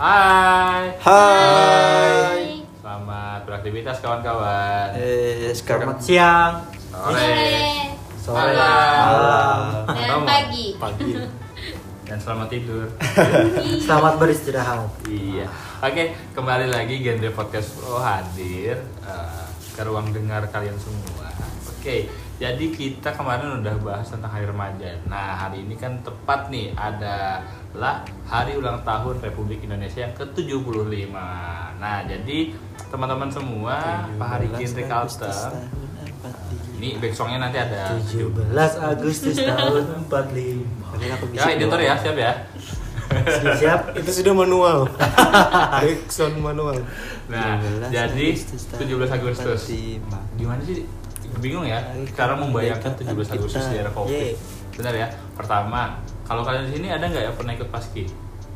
Hai. Hai. Selamat beraktivitas kawan-kawan. Selamat siang, Sore. malam, Dan pagi. Dan selamat tidur. selamat beristirahat. Iya. Oke, kembali lagi Genre Podcast Pro hadir ke ruang dengar kalian semua. Oke, jadi kita kemarin udah bahas tentang hari remaja. Nah, hari ini kan tepat nih adalah hari ulang tahun Republik Indonesia yang ke-75. Nah, jadi teman-teman semua, Pak Hari Genre Kalteng. Ini backsongnya nanti ada 17 Agustus tahun 45. Ya, editor ya, siap ya. Siap. Itu sudah manual. Backsound manual. Nah, jadi 17 Agustus. Gimana sih? Bingung ya cara membayangkan 17 Agustus di era Covid. Benar ya? Pertama, kalau kalian di sini ada nggak ya pernah ikut paski?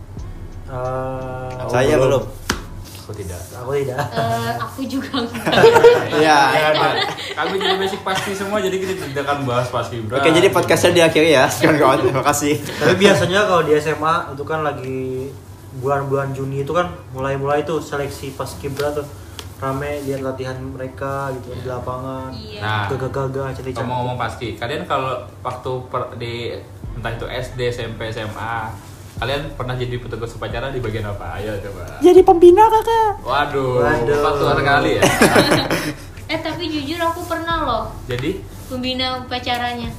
Saya belum. Aku tidak. Aku tidak. Aku juga enggak. Iya. Kami jadi basic paski semua, jadi kita tidak akan bahas paski. Oke, jadi podcastnya diakhiri ya. Kawan-kawan, terima kasih. Tapi biasanya kalau di SMA itu kan lagi bulan-bulan Juni itu kan mulai tuh seleksi paskibra tuh rame lihat latihan mereka gitu di lapangan. Iya. Nah, Gagah-gagah cerita. ngomong-ngomong paski, kalian kalau waktu di entah itu SD, SMP, SMA, kalian pernah jadi petugas upacara di bagian apa? Ayo coba. Jadi pembina kakak. Waduh, Waduh. tua sekali ya. Tapi jujur aku pernah loh Jadi, pembina upacaranya.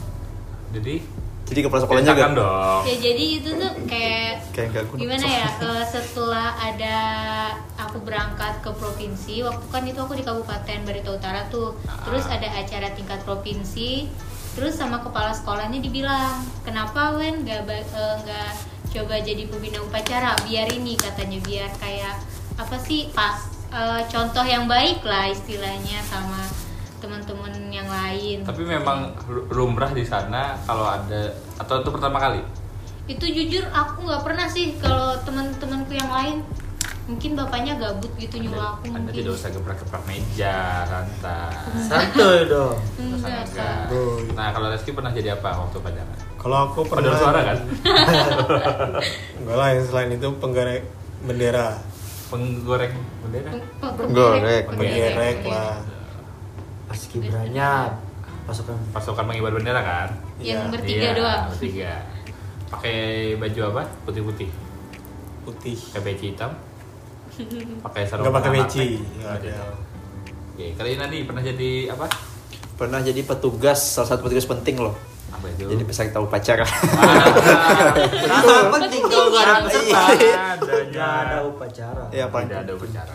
Jadi kepala sekolahnya ceritakan gak? dong. Ya jadi itu tuh kayak Kayak gak gimana ya? Setelah ada aku berangkat ke provinsi, waktu kan itu aku di Kabupaten Barito Utara tuh. Terus ada acara tingkat provinsi. Terus sama kepala sekolahnya dibilang, kenapa Wen nggak coba jadi pembina upacara? Biar ini katanya, biar kayak apa sih contoh yang baik lah istilahnya sama teman-teman yang lain. Tapi memang lumrah di sana kalau ada, atau itu pertama kali? Itu jujur aku nggak pernah sih. Kalau teman-temanku yang lain mungkin bapaknya gabut gitu nyuruh aku. Anda Mungkin tidak usah gebrak-gebrak meja, santai. Santuy dong. enggak Enggak. Kak. Nah, kalau Reski pernah jadi apa waktu pacaran? Kalau aku Padahal pernah suara kan? Enggak lah, yang selain itu penggerek bendera. Penggoreng bendera. Penggerek lah. Paskibranya pasukan Pasukan pengibar bendera kan? Yang Iya, bertiga Iya, doang. Bertiga. Pakai baju apa? Putih-putih. Putih. Pakai peci hitam. Pakai sarung. Enggak pakai tangan peci. lapek. Enggak ada. Oke, kalian nanti pernah jadi apa? Pernah jadi petugas, salah satu petugas penting loh. Apa itu? Jadi peserta upacara. Sangat penting kalau nggak ada peserta. Adanya. Nggak ada upacara. Ya paling Tidak ada upacara.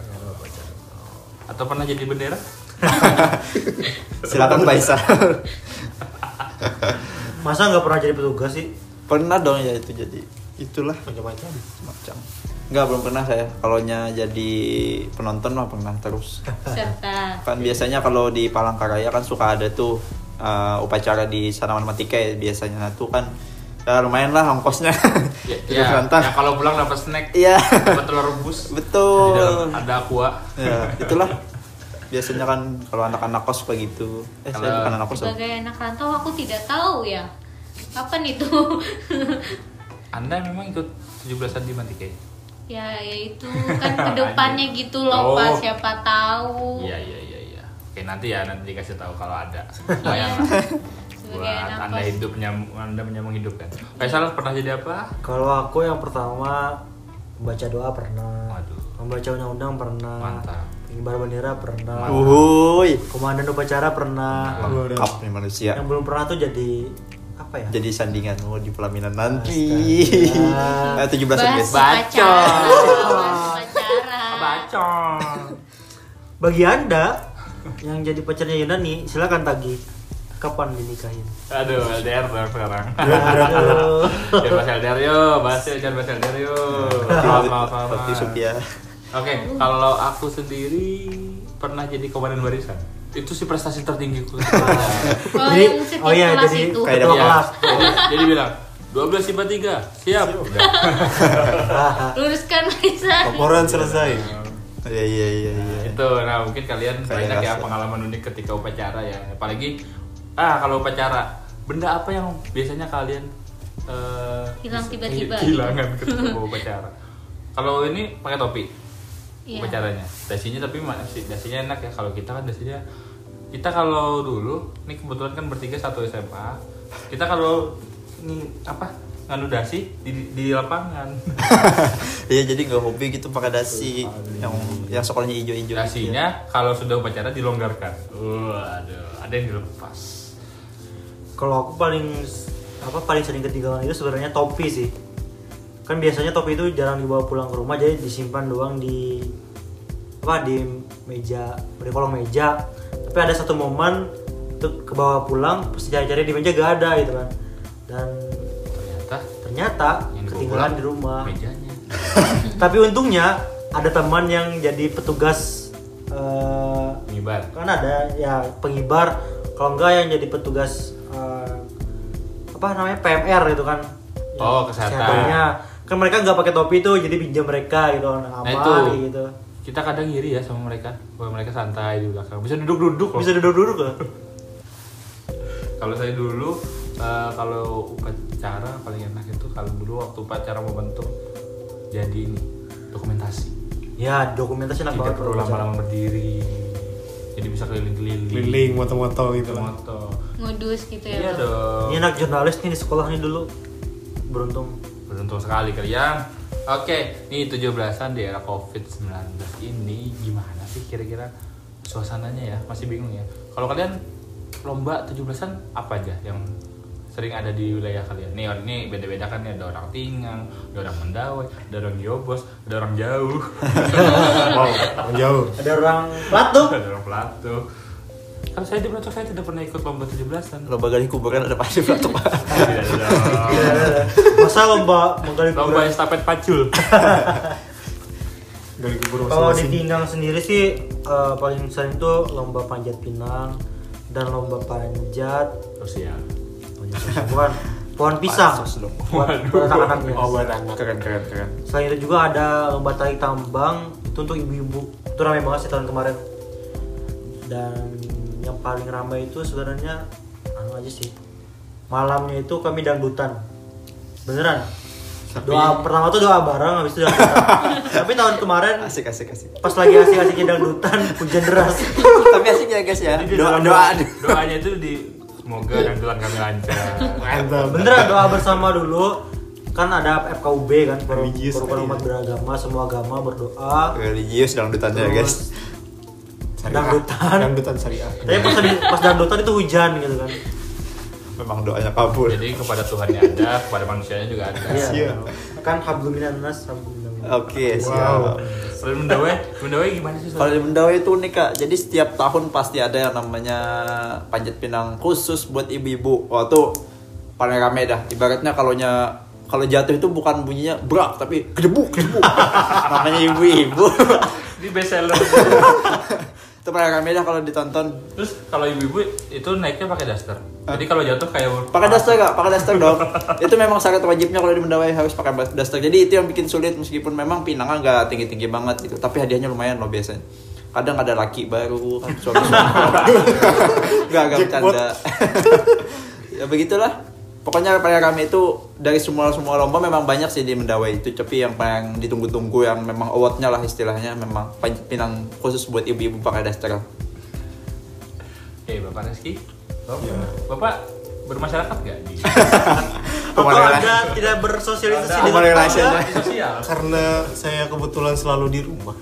Atau pernah jadi bendera? silakan Mbak Isa. Masa nggak pernah jadi petugas sih? Pernah dong ya itu jadi. Itulah Macam-macam. macam. Enggak, belum pernah saya. Kalaunya jadi penonton mah pernah terus. Serta Kan biasanya kalau di Palangkaraya kan suka ada tuh upacara di Sanaman Matika ya biasanya. Nah, tuh kan ya lumayan lah ongkosnya. Ya, Jadi ya, penonton. ya kalau pulang dapat snack, Iya. dapat telur rebus. Di Betul. dalam ada aqua. Ya, itulah. Biasanya kan kalau anak-anak kos begitu. Saya Kalau- bukan anak kos. loh. sebagai anak rantau aku tidak tahu ya. Kapan itu? Anda memang ikut 17-an di Matika? Ya itu kan kedepannya gitu loh Oh. Pak, siapa tahu. Iya. Oke, nanti dikasih tahu kalau ada. Lumayan lah. Sebagai Buat anak Anda kos. hidup Anda menyambung hidup kan. Faisal pernah jadi apa? Kalau aku yang pertama membaca doa pernah, Waduh. membaca undang-undang pernah, Mantap. pengibar bendera pernah, Uhuy. komandan upacara pernah. Lengkap nih manusia. Yang belum pernah tuh jadi apa ya? Jadi sandingan di pelaminan nanti. Astaga. 17-an guys. Bacot. Upacara. Bacong. Bagi Anda yang jadi pacarnya Yunani, silakan tagih. Kapan dinikahin? Aduh, LDR dong sekarang. Aduh. Jangan bahas LDR yuk, jangan bahas LDR yuk. Maaf. Seperti Supia. Oke, kalau aku sendiri pernah jadi komandan barisan. Itu sih prestasi tertinggiku. Oh, Jadi- yang setiap oh iya, kelas jadi itu. kayak ketua Iya. kelas. Jadi bilang 12 IPA 3, siap. Udah. Luruskan Lisa. Laporan selesai. Iya. Itu, nah mungkin kalian Kayak banyak ya rasa. pengalaman unik ketika upacara ya. Apalagi kalau upacara, benda apa yang biasanya kalian Hilang tiba-tiba. kehilangan ketika mau upacara? Kalau ini pakai topi. Iya. Upacaranya. Dasinya tapi masih dasinya enak ya. Kalau kita kan dasinya kita kalau dulu ini kebetulan kan bertiga satu SMA. Kita kalau ini apa? Nganu dasi di lapangan. Iya, jadi nggak hobi gitu pakai dasi yang sekolahnya hijau-hijau. Dasinya kalau sudah upacara dilonggarkan. Waduh, ada yang dilepas. Kalau aku paling sering ketinggalan itu sebenarnya topi sih. Kan biasanya topi itu jarang dibawa pulang ke rumah, jadi disimpan doang di meja, di kolong meja. Tapi ada satu momen itu kebawa pulang, pas cari-cari di meja gak ada gitu kan. Dan ternyata yang ketinggalan di rumah. Mejanya. Tapi untungnya ada teman yang jadi petugas Pengibar. kan ada ya pengibar, kalau enggak yang jadi petugas PMR gitu kan. Oh, kesehatan. Kesehatannya. Kan mereka nggak pakai topi tuh, jadi pinjam mereka gitu kan, aman itu. gitu. Kita kadang ngiri ya sama mereka, bahwa mereka santai di belakang. Bisa duduk-duduk loh. Bisa duduk-duduk loh. Kalau saya dulu kalau upacara paling enak itu kalau dulu waktu upacara mau bentuk jadi ini dokumentasi. Ya, dokumentasi enak Tidak banget. perlu lama-lama berdiri. Jadi bisa keliling-keliling. Keliling moto-moto gitu lah. Moto. Ngudus gitu ya. Iya dong. Ini anak jurnalis nih di sekolah nih dulu. Beruntung sekali kalian. Oke, ini 17-an di era Covid-19 ini gimana sih kira-kira suasananya ya? Masih bingung ya. Kalau kalian lomba 17-an apa aja yang sering ada di wilayah kalian? Nih beda-beda kan nih, ada orang Tingang, ada orang Mendawai, ada orang Yobos, ada orang jauh. Wow, jauh. ada orang Platuk. Ada orang Plato. Kalau saya di Plato saya tidak pernah ikut lomba 17-an. Lomba gali kuburan ada pasti Plato. Tidak ada. Masa lomba menggali Lomba kuburan? estafet pacul. Dari kubur Kalau di masing-masing. Tingang sendiri sih paling sering tuh lomba panjat pinang dan lomba panjat Sosial. bukan pohon pisang Pansos dong. buat anak-anaknya. Oh, buat anak. Keren. Selain itu juga ada lomba tarik tambang, itu untuk ibu-ibu. Itu ramai banget sih tahun kemarin. Dan yang paling ramai itu sebenarnya aja sih. Malamnya itu kami dangdutan. Beneran. Doa pertama tuh doa bareng, habis itu dangdutan. Tapi tahun kemarin Asik. pas lagi asik-asiknya dangdutan, hujan deras. Tapi asik ya guys ya. Jadi di Doa dalam doa. doanya itu di semoga dangdutan kami lancar. Mantap. Beneran doa bersama dulu. Kan ada FKUB kan, Religius Forum umat kali ya. beragama, semua agama berdoa. Religius dangdutannya guys. Dangdutan syariah. Tapi pas dangdutan itu hujan gitu kan. Memang doanya kabul. Jadi kepada Tuhannya ada, kepada manusianya juga ada. Iya. Siap. Kan hablum minan nas. Oke, Wow. siap. Selain Mendawai gimana sih? Kalau di Mendawai itu unik kak, jadi setiap tahun pasti ada yang namanya panjat pinang khusus buat ibu-ibu. Wah tuh paling rame dah. Ibaratnya kalau jatuh itu bukan bunyinya brak tapi gedebuk. Namanya ibu-ibu. Di best seller. Itu paling rame dah kalau ditonton. Terus kalau ibu-ibu itu naiknya pakai daster. Jadi kalau jatuh kayak Pakai daster kak, pakai daster dong. Itu memang syarat wajibnya kalau di Mendawai harus pakai daster. Jadi itu yang bikin sulit meskipun memang pinangnya nggak tinggi-tinggi banget gitu. Tapi hadiahnya lumayan loh biasanya. Kadang ada laki baru, kan suami-suami. Gak bercanda. Ya begitulah. Pokoknya paling rame itu dari semua lomba memang banyak sih di Mendawai itu. Tapi yang paling ditunggu-tunggu yang memang awardnya lah istilahnya memang panjat pinang khusus buat ibu-ibu pakai daster. Oke, Bapak Reski. Ya. Bapak bermasyarakat nggak di Atau Anda tidak bersosialisasi dengan relasinya. tetangga? di sosial? Karena saya kebetulan selalu di rumah.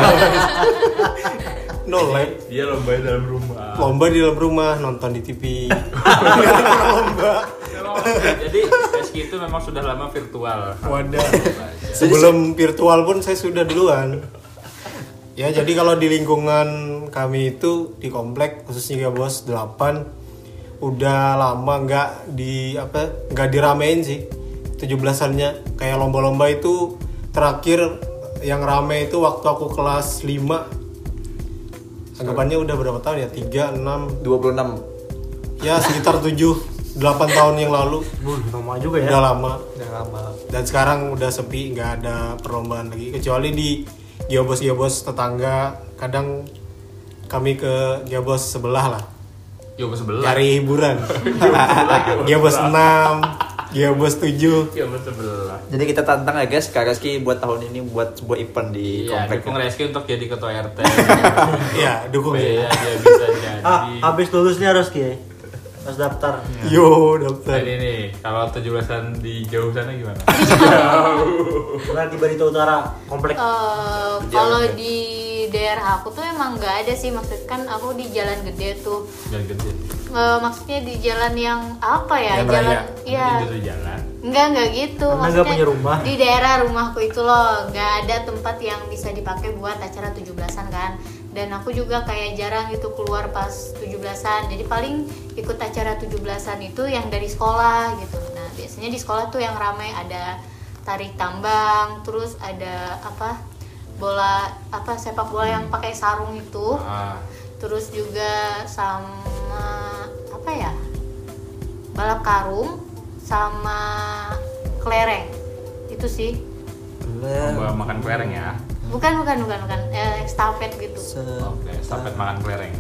No live. Dia lomba dalam rumah. Lomba di dalam rumah, nonton di TV. Lomba. Jadi Reski itu memang sudah lama virtual. Wadah. Sebelum virtual pun saya sudah duluan. Ya, jadi kalau di lingkungan kami itu di komplek khususnya Bos 8 udah lama nggak diramein sih 17-annya. Kayak lomba-lomba itu terakhir yang rame itu waktu aku kelas 5. Anggapannya udah berapa tahun ya? 3, 6, 26. ya sekitar 7, 8 tahun yang lalu. Lama juga ya. Udah lama. Udah lama. Dan sekarang udah sepi, nggak ada perlombaan lagi kecuali di geobos tetangga. Kadang kami ke geobos sebelah lah Yo ke sebelah. cari hiburan. Geobos 6 Iya bos 7. Ya betul betul. Jadi kita tantang ya guys, Kak Reski buat tahun ini buat sebuah event di Iya, komplek. dukung Reski untuk jadi ketua RT. Iya dukung Iya, ya. dia bisa jadi. Habis lulus nih harus Ki. Pas daftar. Yo daftar. Nah, ini nih, kalau 17-an di jauh sana gimana? Pernah di Barito Utara komplek. Kalau di daerah aku tuh emang nggak ada sih, maksud kan aku di jalan gede tuh. Jalan gede. Maksudnya di jalan yang apa ya? Jalan Jalan raya. iya. Itu jalan. Enggak gitu. Karena nggak punya rumah. Di daerah rumahku itu loh, nggak ada tempat yang bisa dipakai buat acara 17-an kan. Dan aku juga kayak jarang gitu keluar pas 17-an. Jadi paling ikut acara 17-an itu yang dari sekolah gitu. Nah, biasanya di sekolah tuh yang ramai ada tarik tambang, terus ada bola sepak bola yang pakai sarung itu. Terus juga sama balap karung sama kelereng. Itu sih. Lomba makan kelereng ya. Bukan. Estafet gitu. Oke, estafet makan kelereng.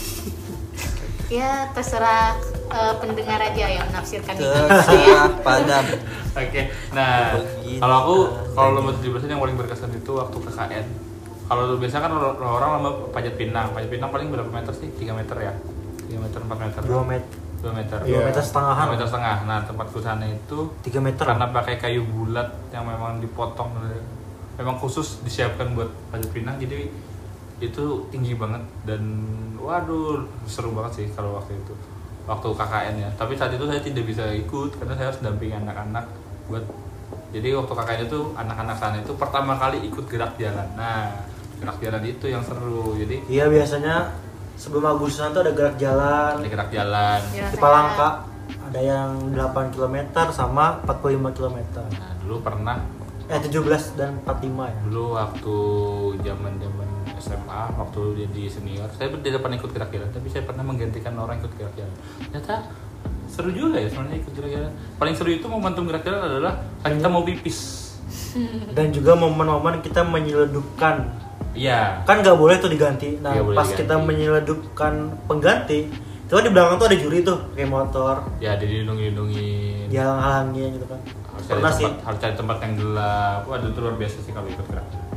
Ya terserah pendengar aja yang menafsirkan itu. Terserah padam. Oke, nah Begitu. kalau aku kalau lomba 17-an yang paling berkesan itu waktu KKN. Kalau biasa kan orang lomba panjat pinang paling berapa meter sih? 3 meter ya? 3 meter, 4 meter? 2 meter. 2 meter. 2 meter setengahan. 2 meter setengah. Nah tempatku sana itu 3 meter. karena pakai kayu bulat yang memang dipotong, memang khusus disiapkan buat panjat pinang, jadi itu tinggi banget dan waduh seru banget sih kalau waktu itu, waktu KKN ya. Tapi saat itu saya tidak bisa ikut karena saya harus dampingi anak-anak buat, jadi waktu KKN itu anak-anak sana itu pertama kali ikut gerak jalan. Nah gerak jalan itu yang seru, jadi Iya biasanya sebelum Agustusan tuh ada gerak jalan. ada gerak jalan. Ya, Di Palangka ada yang 8 km sama 45 km. Nah dulu pernah 17 dan 45 ya. dulu waktu zaman SMA, waktu jadi senior, saya tidak pernah ikut gerak jalan, tapi saya pernah menggantikan orang ikut gerak jalan. Ternyata seru juga ya sebenarnya ikut gerak jalan. Paling seru itu momentum gerak jalan adalah saat kita mau pipis. Dan juga momen-momen kita menyeludupkan. Iya. Kan nggak boleh tuh diganti. Nah Iya, boleh pas diganti. kita menyeludupkan pengganti, itu kan di belakang tuh ada juri tuh kayak motor, Ya dilindungi-lindungin. dihalang-halangin gitu kan. Harus cari Pernah sih. tempat, harus cari tempat yang gelap. Wah itu luar biasa sih kalau ikut gerak jalan.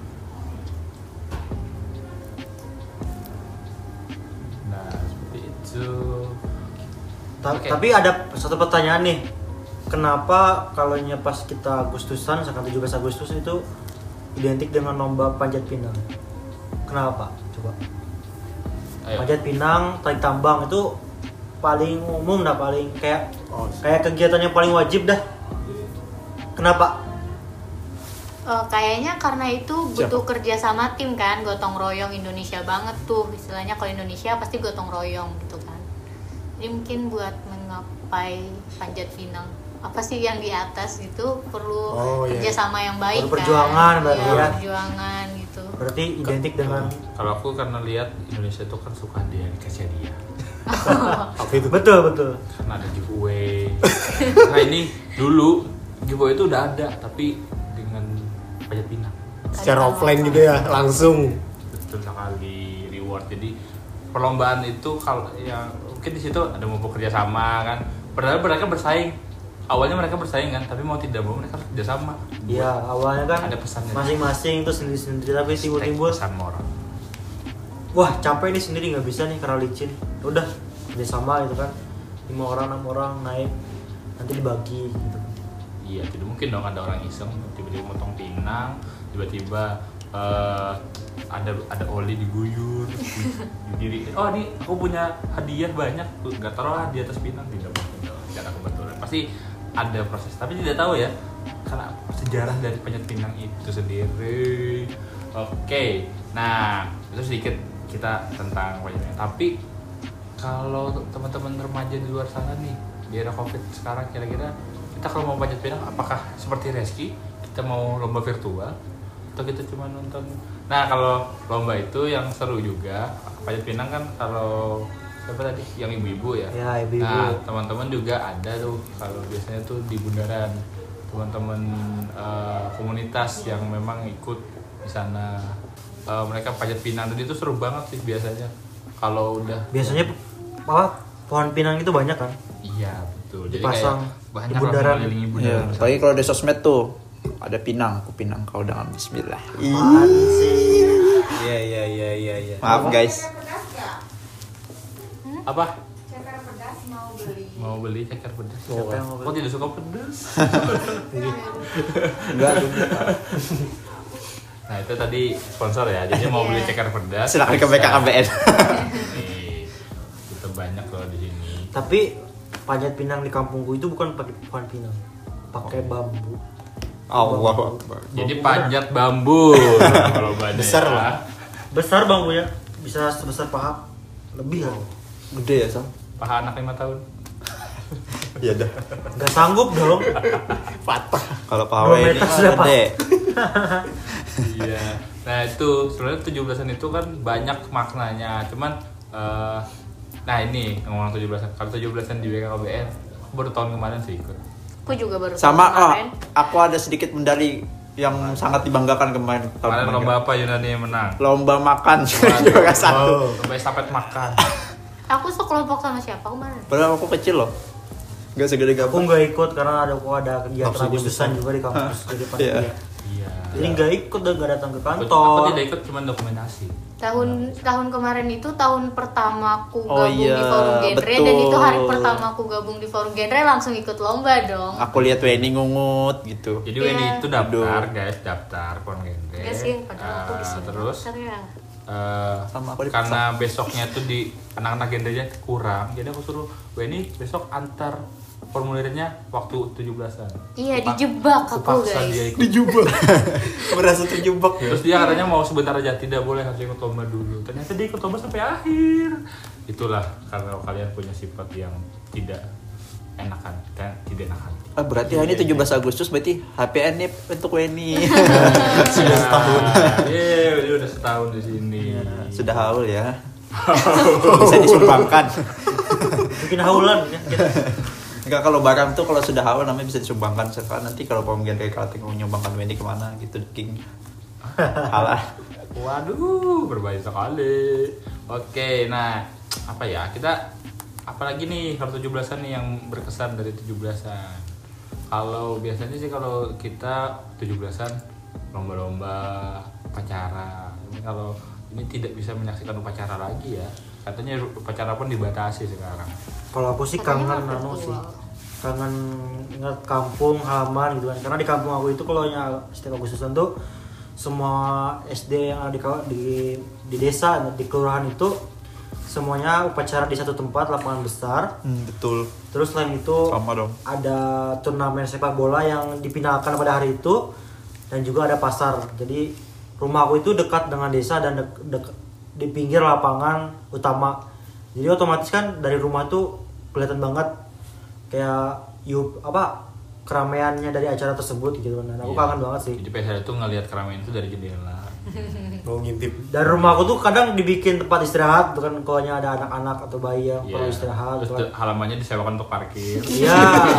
Nah seperti itu. Oke. Tapi ada satu pertanyaan nih. Kenapa kalau pas kita Agustusan, misalkan 17 Agustus itu identik dengan lomba panjat pinang? Kenapa? Coba. Ayo. Panjat pinang, tarik tambang itu paling umum dah, paling kayak Oh, kegiatan yang paling wajib dah. Kenapa? Kayaknya karena itu butuh kerja sama tim kan, gotong royong Indonesia banget tuh istilahnya. Kalau Indonesia pasti gotong royong gitu kan. Jadi mungkin buat menggapai panjat pinang apa sih yang di atas itu perlu kerjasama yang baik Perlu perjuangan kan. berarti Iya, ya. perjuangan gitu. Berarti identik dengan Kalau aku karena lihat Indonesia itu kan suka dia dikasih hadiah. apa itu? betul. Karena ada giveaway. Nah ini dulu giveaway itu udah ada tapi dengan panjat pinang. Secara offline gitu ya, langsung. Betul sekali, reward. Jadi perlombaan itu kalau yang mungkin di situ ada mau bekerja sama kan. Padahal mereka bersaing. Awalnya mereka bersaing kan, tapi mau tidak mau mereka harus kerja sama. Iya, awalnya kan Ada pesannya. masing-masing itu sendiri-sendiri, tapi timbul-timbul Pesan moral. wah capek nih sendiri nggak bisa nih karena licin. Udah kerja sama gitu kan, 5 orang 6 orang naik nanti dibagi gitu. Iya, tidak mungkin dong ada orang iseng tiba-tiba motong pinang, tiba-tiba ada oli diguyur, diri. Oh ini aku punya hadiah banyak, nggak taruh di atas pinang, tidak mungkin dong, secara kebetulan. Pasti ada proses, tapi tidak tahu ya karena sejarah dari panjat pinang itu sendiri. Oke, nah itu sedikit kita tentang panjat pinang. Tapi kalau teman-teman remaja di luar sana nih di era COVID sekarang, kira-kira kita kalau mau panjat pinang apakah seperti Reski kita mau lomba virtual atau kita cuma nonton? Nah kalau lomba itu yang seru juga panjat pinang kan, kalau siapa tadi yang ibu-ibu ya, Ya, ibu-ibu. Nah teman-teman juga ada tuh kalau biasanya tuh di bundaran teman-teman komunitas yang memang ikut di sana, mereka panjat pinang dan itu seru banget sih biasanya kalau udah Biasanya apa pohon pinang itu banyak kan? iya betul. betul. Jadi Dipasang kayak banyak di bundaran. orang mengelilingi Iya, bundaran. apalagi kalau di sosmed tuh ada Pinang, aku Pinang kau dengan bismillah. Apaan sih? Iya. Maaf guys. Apa? Ceker pedas mau beli. Mau beli ceker pedas? Siapa yang mau beli? Kok tidak suka pedas? Enggak. Nah itu tadi sponsor ya, jadi mau beli ceker pedas. Silakan ke bisa. BKKBN. Nih, kita banyak loh di sini. Tapi panjat pinang di kampungku itu bukan pakai pohon pinang, pakai bambu. Allah Akbar. Jadi panjat bambu kalau banyak. Besar lah. Besar bambunya, bisa sebesar paha, lebih lah. Gede ya, Sam? Paha anak 5 tahun. Iya dah. Gak sanggup dong. Kalau pawai ini meter sudah, Pak. gede. Iya. Nah itu sebenarnya 17-an itu kan banyak maknanya. Cuman nah ini ngomong 17-an. Kalau 17-an di BKKBN, aku baru tahun kemarin sih ikut. Aku juga baru Sama kemarin. aku ada sedikit medali yang sangat dibanggakan kemarin. Kemarin lomba apa Yunani yang menang? Lomba makan juga satu. Lomba estafet makan. Aku sekelompok sama siapa kemarin? Padahal aku kecil loh. Gak segede Aku gabung. nggak ikut karena ada kegiatan Maksudnya Agustusan besar. juga di kampus jadi Iya. panitia. Iya. Jadi nggak ikut dan nggak datang ke Aku kantor. tidak ikut, cuman dokumentasi. Tahun kemarin itu tahun pertamaku Oh gabung iya, di forum genre dan betul. itu hari pertama aku gabung di forum genre langsung ikut lomba dong. Aku lihat Weni ngungut gitu. Jadi Iya. Weni itu daftar guys, daftar kongenre. Enggak sih, padahal aku di sini. Terus Daftar ya. Sama aku karena besoknya tuh di anak-anak genrenya kurang, jadi aku suruh Weni besok antar formulirnya waktu 17-an. Iya, dijebak aku Paksa guys. dia ikut. Dijebak. Merasa terjebak ya. Terus dia katanya mau sebentar aja, tidak boleh, harus ikut lomba dulu. Ternyata dia ikut lomba sampai akhir. Itulah kalau kalian punya sifat yang tidak enakan, tidak enakan. Berarti hari ini 17 Agustus berarti HPN nih untuk Weni. Sudah setahun. Iya, dia udah setahun di sini. Sudah haul ya. Bisa disumbangkan. Bikin haulan ya. Enggak, kalau barang tuh kalau sudah haul namanya bisa disumbangkan. Sekarang nanti kalau pemilihan kayak Kalting mau nyumbangkan Weni kemana gitu, King. Halah. Waduh, berbahaya sekali. Oke, nah apa ya, kita apalagi nih kalau 17-an nih yang berkesan dari 17-an. Kalau biasanya sih kalau kita 17-an lomba-lomba upacara. Ini kalau ini tidak bisa menyaksikan upacara lagi ya. Katanya upacara pun dibatasi sekarang. Kalau aku sih Katanya kangen virtual. sih. Kangen ingat kampung, halaman gitu kan. Karena di kampung aku itu kalau setiap Agustusan tuh semua SD yang ada di desa, di kelurahan itu semuanya upacara di satu tempat, lapangan besar. Betul. Terus selain itu Sama dong. ada turnamen sepak bola yang dipindahkan pada hari itu dan juga ada pasar. Jadi rumah aku itu dekat dengan desa dan di pinggir lapangan utama. Jadi otomatis kan dari rumah tuh kelihatan banget kayak keramaiannya dari acara tersebut gitu kan. Dan aku Iya. kangen banget sih. Jadi PSL itu ngelihat keramaian itu dari jendela. Mau ngintip. Dan rumah aku tuh kadang dibikin tempat istirahat, bukan kalau ada anak-anak atau bayi yang perlu Iya. istirahat. Terus gitu kan. halamannya disewakan untuk parkir. Iya.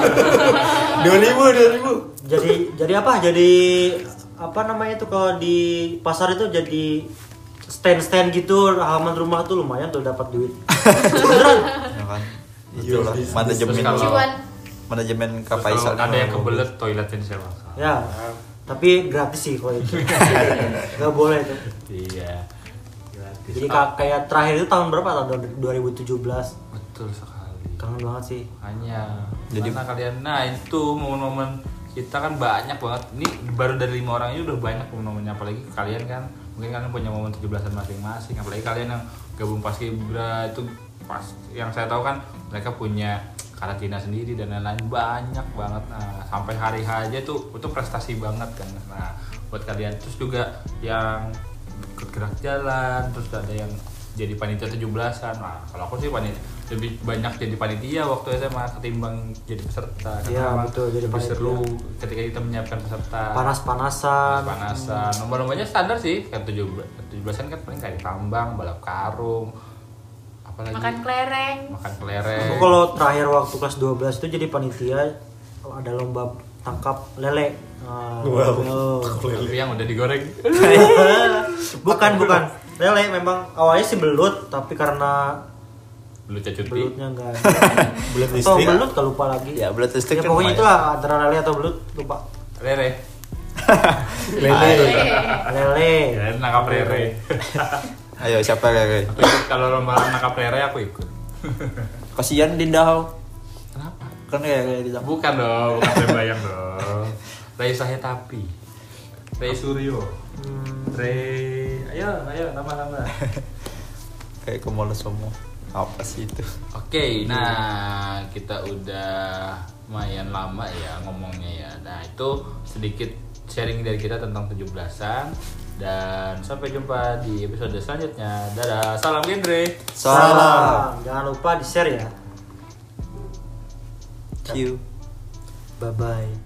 2000. Jadi apa namanya itu kalau di pasar itu jadi stand gitu, halaman rumah tuh lumayan tuh dapat duit. Beneran. Ya kan? Iya, Itulah bisnis. manajemen Terus kalau- Cuan. manajemen Terus Kapaisal. kalau ada yang kebelet toiletnya disewakan. Ya. Tapi gratis sih kalau itu. Gak boleh itu. Iya. Gratis. Jadi kayak terakhir itu tahun berapa? Tahun 2017. Betul sekali. Kangen banget sih. Hanya. Jadi- Mana kalian? Nah itu momen-momen kita kan banyak banget. Ini baru dari 5 orang ini udah banyak momen-momennya. Apalagi kalian kan, mungkin kalian punya momen 17-an masing-masing. Apalagi kalian yang gabung Paskibra itu pas. Yang saya tahu kan mereka punya karantina sendiri dan lain-lain, banyak banget. Nah sampai hari H aja tuh itu prestasi banget kan. Nah buat kalian, terus juga yang ikut gerak jalan, terus ada yang jadi panitia 17-an. Nah kalau aku sih lebih banyak jadi panitia waktu SMA ketimbang jadi peserta. Iya, memang betul, jadi lebih panitia. seru ketika kita menyiapkan peserta. Panas-panasan. Panasan. Lomba-lombanya standar sih, kayak 17-an kan paling kayak tambang, balap karung, apalagi Makan kelereng. makan kelereng. Aku kalau terakhir waktu kelas 12 itu jadi panitia ada lomba tangkap lele. Wow. Tapi yang udah digoreng. bukan lele, memang awalnya sih belut tapi karena Belut Cacuti. Belutnya enggak. Belut Atau listrik. belut kalau lupa lagi. Ya belut listrik Ya kan pokoknya lumayan. itulah antara lele atau belut lupa. Rere. Lele. Lele. Ya, nangkap rere. Ayo siapa Rere? Aku ikut kalau lomba nangkap rere aku ikut. Kasihan Dinda. Kenapa? Kan Rere di sana. Bukan dong, bukan Rembayang dong. Ray Sahetapi. Ray Suryo. Ray, ayo nama-nama. Kayak kemana semua. Apa sih itu? Oke, nah kita udah lumayan lama ya ngomongnya ya. Nah itu sedikit sharing dari kita tentang 17-an. Dan sampai jumpa di episode selanjutnya. Dadah, salam genre. Salam. Jangan lupa di-share ya. See you. Bye bye.